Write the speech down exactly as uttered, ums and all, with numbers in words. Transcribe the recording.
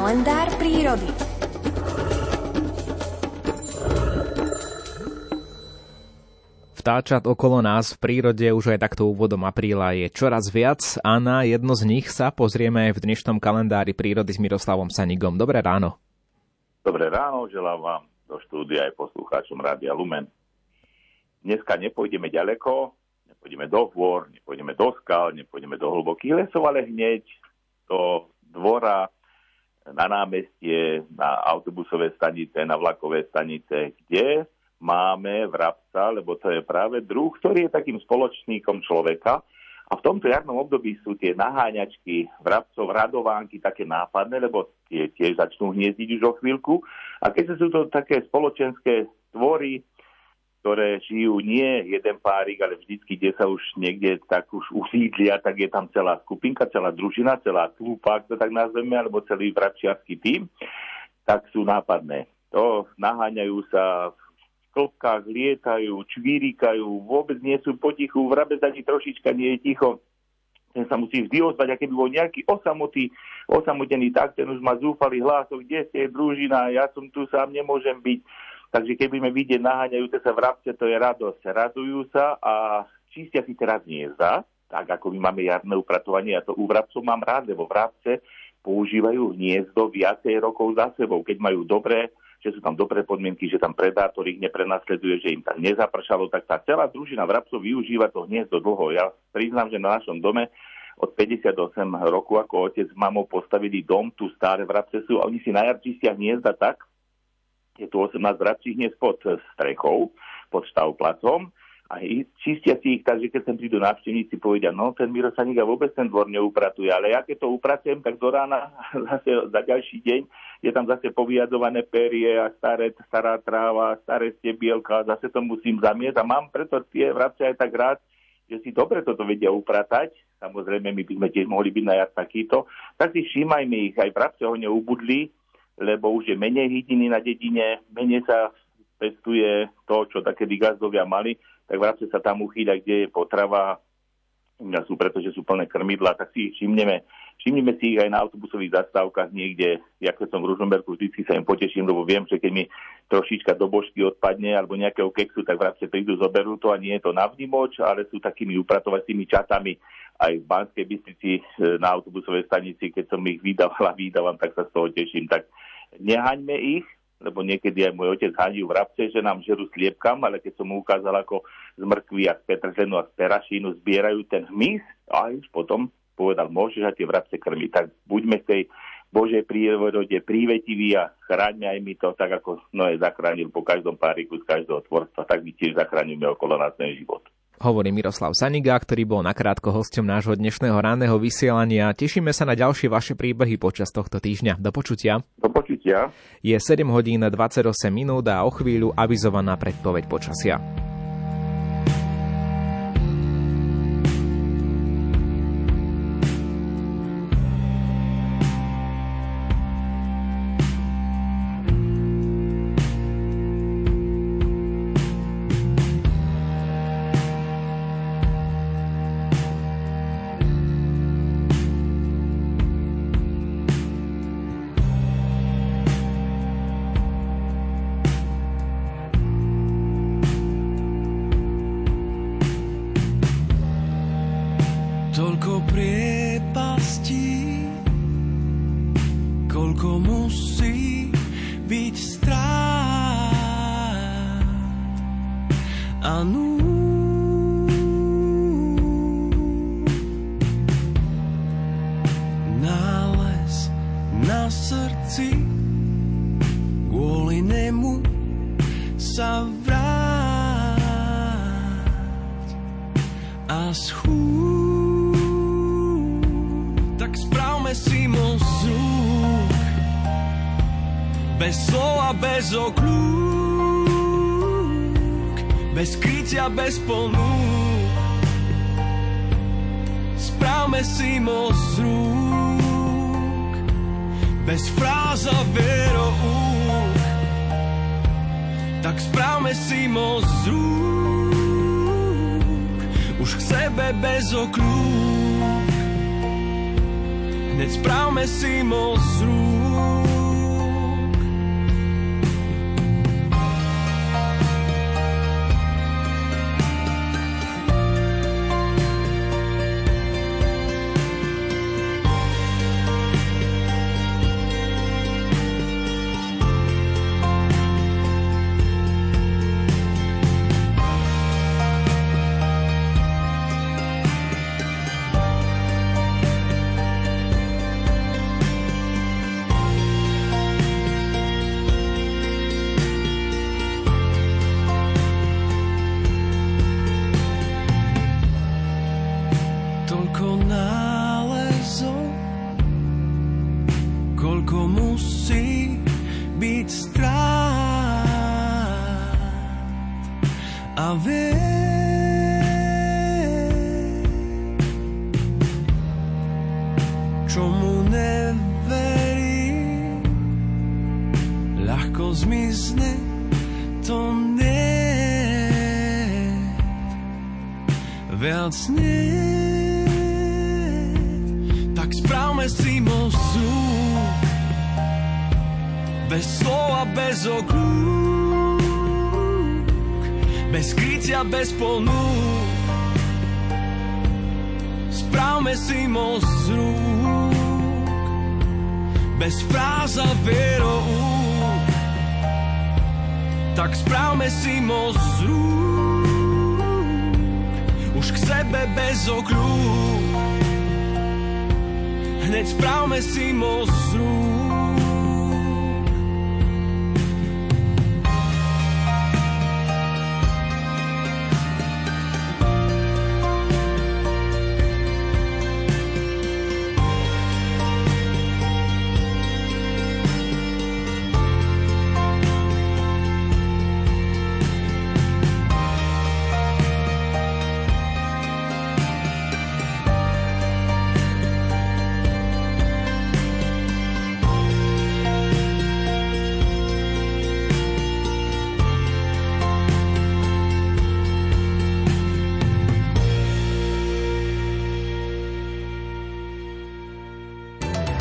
kalendár prírody. Vtáčat okolo nás v prírode už aj takto úvodom apríla je čoraz viac a na jedno z nich sa pozrieme v dnešnom kalendári prírody s Miroslavom Sanigom. Dobré ráno. Dobré ráno, želám vám do štúdia aj poslucháčom Rádia Lumen. Dneska nepôjdeme ďaleko, nepôjdeme do hôr, nepôjdeme do skal, nepôjdeme do hlbokých lesov, ale hneď do dvora, na námestie, na autobusové stanice, na vlakové stanice, kde máme vrabca, lebo to je práve druh, ktorý je takým spoločníkom človeka. A v tomto jarnom období sú tie naháňačky vrabcov, radovánky také nápadné, lebo tie tiež začnú hniezdiť už o chvíľku. A keďže sú to také spoločenské tvory, ktoré žijú nie jeden párik, ale vždycky, kde sa už niekde tak už usídlia, tak je tam celá skupinka, celá družina, celá tlupa, ak to tak nazveme, alebo celý vrabčiarsky tím, tak sú nápadné. To naháňajú sa v klopkách, lietajú, čvíríkajú, vôbec nie sú potichu, vrabec ani trošička nie je ticho. Ten sa musí vždy ozvať, a keby bol nejaký osamotý, osamotený, tak ten už má zúfalý hlas, kde ste, družina, ja som tu sám, nemôžem byť. Takže keď budeme vidieť naháňajúce sa vrabce, to je radosť. Radujú sa a čistia si teraz hniezda, tak ako my máme jarné upratovanie. Ja to u vrabcov mám rád, lebo vrabce používajú hniezdo viacej rokov za sebou. Keď majú dobré, že sú tam dobré podmienky, že tam predátor ich neprenasleduje, že im tam nezapršalo, tak tá celá družina vrabcov využíva to hniezdo dlho. Ja priznám, že na našom dome od päťdesiatosem rokov ako otec s mamou postavili dom, tu staré vrabce sú a oni si na jar čistia hniezda tak, je tu osemnásť vrabčích hniezd pod strechou, pod štávplacom a čistia si ich tak, že keď sem prídu návštevníci, povedia, no ten Miro Saniga vôbec ten dvor neupratuje, ale ja keď to upracujem, tak do rána zase za ďalší deň je tam zase povyjadzované perie a staré, stará tráva, staré stebielka, zase to musím zamiesť a mám preto tie vrabce aj tak rád, že si dobre toto vedia upratať. Samozrejme, my by sme tiež mohli byť na jar takýto, tak si všímajme ich, aj vrabce ho neubudli, lebo už je menej hydiny na dedine, menej sa pestuje to, čo takedy gazdovia mali, tak vrabce sa tam uchýľa, kde je potrava, sú, pretože sú plné krmidla, tak si ich všimneme. Všimneme si ich aj na autobusových zastávkach niekde, ja keď som v Ružomberku, vždycky sa im poteším, lebo viem, že keď mi trošička do božky odpadne alebo nejakého keksu, tak vrabce prídu, zoberú to a nie je to navnímoč, ale sú takými upratovacími čatami. Aj v Banskej Bystrici na autobusovej stanici, keď som ich vydávala, vydávam, tak sa z toho teším. Tak nehaňme ich, lebo niekedy aj môj otec haní vrabce, že nám žerú sliepkam, ale keď som mu ukázal, ako z mrkvy a z petržlenu a z perašínu zbierajú ten hmyz, a už potom povedal, môžeš aj tie vrabce krmiť. Tak buďme v tej Božej prírode prívetiví a chráňme aj my to, tak ako Noé zachránil po každom páriku z každého tvorstva, tak my tiež zachránime okolo nás ten život. Hovorí Miroslav Saniga, ktorý bol nakrátko hosťom nášho dnešného ranného vysielania. Tešíme sa na ďalšie vaše príbehy počas tohto týždňa. Do počutia. Do počutia. Je sedem hodín dvadsaťosem minút a o chvíľu avizovaná predpoveď počasia. Toľko priepastí, koľko musí byť strát a núd. Nález na srdci, kvôli nemu sa vráť a schúd. Tak správme si moc z rúk, bez slova, bez okľúk, bez krytia, bez ponúk. Správme si moc z rúk, bez fráz a veroúk. Tak správme si moc z rúk, už k sebe bez okľúk. Hneď správme si moc z rúk. toľko nálezov, koľko musí byť strát. A vie, čomu neverí, ľahko zmizne, to nie, viac nie. Tak správme si most z rúk, bez slova, bez okľúk, bez krytia, bez ponúk. Správme si most z rúk, bez fráz a vieroúk. Tak správme si most z rúk, už k sebe bez okľúk. Hneď správme si most z rúk,